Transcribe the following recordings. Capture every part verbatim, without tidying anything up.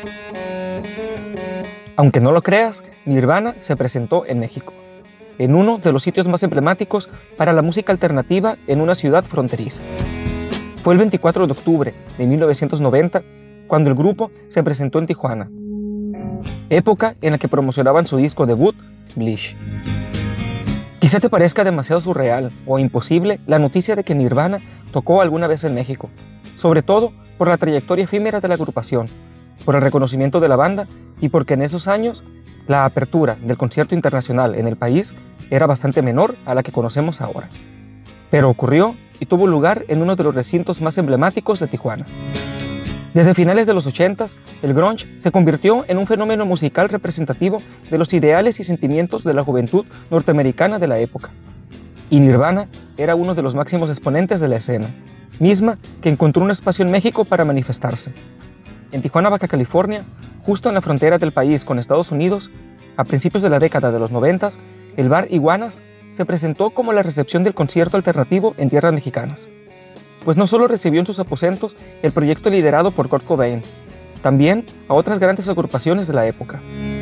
Aunque no lo creas, Nirvana se presentó en México, en uno de los sitios más emblemáticos para la música alternativa en una ciudad fronteriza. Fue el veinticuatro de octubre de mil novecientos noventa cuando el grupo se presentó en Tijuana, época en la que promocionaban su disco debut, Bleach. Quizá te parezca demasiado surreal o imposible la noticia de que Nirvana tocó alguna vez en México, sobre todo por la trayectoria efímera de la agrupación, por el reconocimiento de la banda y porque en esos años la apertura del concierto internacional en el país era bastante menor a la que conocemos ahora. Pero ocurrió y tuvo lugar en uno de los recintos más emblemáticos de Tijuana. Desde finales de los ochentas, el grunge se convirtió en un fenómeno musical representativo de los ideales y sentimientos de la juventud norteamericana de la época. Y Nirvana era uno de los máximos exponentes de la escena, misma que encontró un espacio en México para manifestarse. En Tijuana, Baja California, justo en la frontera del país con Estados Unidos, a principios de la década de los noventas, el bar Iguanas se presentó como la recepción del concierto alternativo en tierras mexicanas. Pues no solo recibió en sus aposentos el proyecto liderado por Kurt Cobain, también a otras grandes agrupaciones de la época.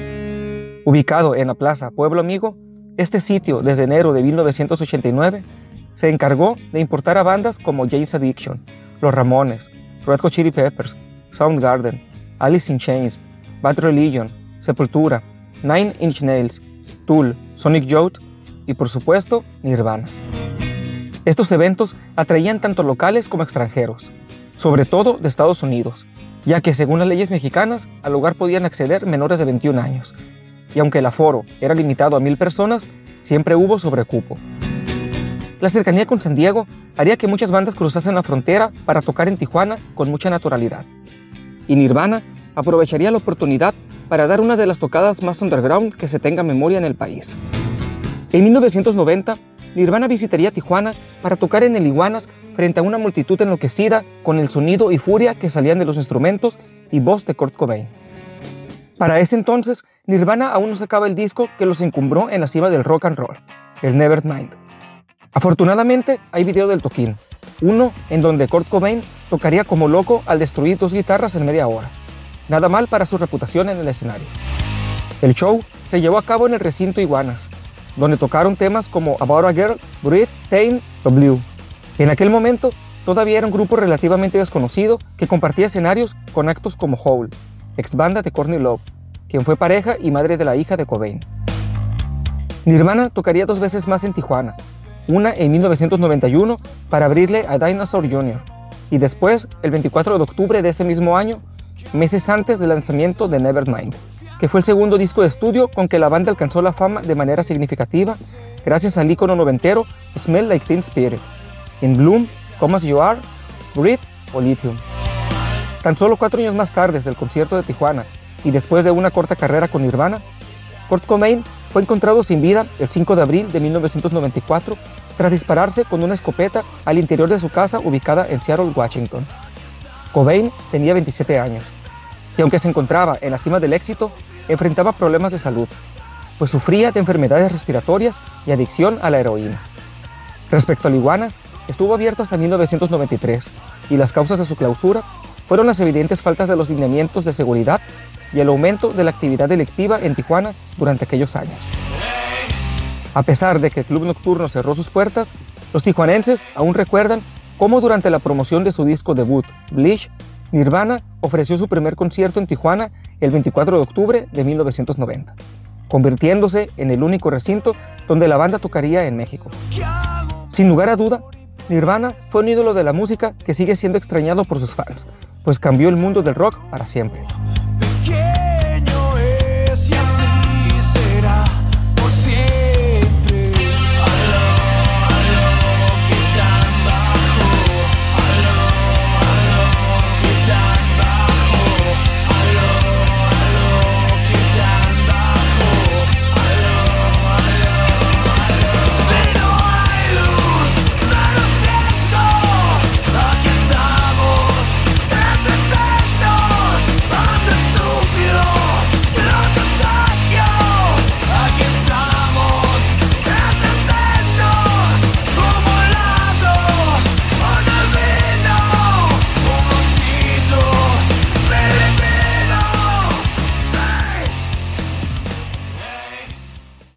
Ubicado en la Plaza Pueblo Amigo, este sitio desde enero de mil novecientos ochenta y nueve se encargó de importar a bandas como Jane's Addiction, Los Ramones, Red Hot Chili Peppers, Soundgarden, Alice in Chains, Bad Religion, Sepultura, Nine Inch Nails, Tool, Sonic Youth y por supuesto Nirvana. Estos eventos atraían tanto locales como extranjeros, sobre todo de Estados Unidos, ya que según las leyes mexicanas al lugar podían acceder menores de veintiún años, y aunque el aforo era limitado a mil personas, siempre hubo sobrecupo. La cercanía con San Diego haría que muchas bandas cruzasen la frontera para tocar en Tijuana con mucha naturalidad, y Nirvana aprovecharía la oportunidad para dar una de las tocadas más underground que se tenga memoria en el país. En mil novecientos noventa, Nirvana visitaría Tijuana para tocar en el Iguanas frente a una multitud enloquecida con el sonido y furia que salían de los instrumentos y voz de Kurt Cobain. Para ese entonces, Nirvana aún no sacaba el disco que los encumbró en la cima del rock and roll, el Nevermind. Afortunadamente, hay video del toquín, uno en donde Kurt Cobain tocaría como loco al destruir dos guitarras en media hora. Nada mal para su reputación en el escenario. El show se llevó a cabo en el recinto Iguanas, donde tocaron temas como About a Girl, Breathe, Tain, W. En aquel momento, todavía era un grupo relativamente desconocido que compartía escenarios con actos como Hole, ex banda de Courtney Love, quien fue pareja y madre de la hija de Cobain. Nirvana tocaría dos veces más en Tijuana, una en mil novecientos noventa y uno para abrirle a Dinosaur junior y después, el veinticuatro de octubre de ese mismo año, meses antes del lanzamiento de Nevermind, que fue el segundo disco de estudio con que la banda alcanzó la fama de manera significativa gracias al ícono noventero Smell Like Teen Spirit, In Bloom, Come As You Are, Breathe o Lithium. Tan solo cuatro años más tarde del concierto de Tijuana y después de una corta carrera con Nirvana, Kurt Cobain fue encontrado sin vida el cinco de abril de mil novecientos noventa y cuatro tras dispararse con una escopeta al interior de su casa ubicada en Seattle, Washington. Cobain tenía veintisiete años y aunque se encontraba en la cima del éxito, enfrentaba problemas de salud, pues sufría de enfermedades respiratorias y adicción a la heroína. Respecto al Iguanas, estuvo abierto hasta mil novecientos noventa y tres y las causas de su clausura fueron las evidentes faltas de los lineamientos de seguridad y el aumento de la actividad delictiva en Tijuana durante aquellos años. A pesar de que el club nocturno cerró sus puertas, los tijuanenses aún recuerdan cómo durante la promoción de su disco debut, Bleach, Nirvana ofreció su primer concierto en Tijuana el veinticuatro de octubre de mil novecientos noventa, convirtiéndose en el único recinto donde la banda tocaría en México. Sin lugar a duda, Nirvana fue un ídolo de la música que sigue siendo extrañado por sus fans, pues cambió el mundo del rock para siempre.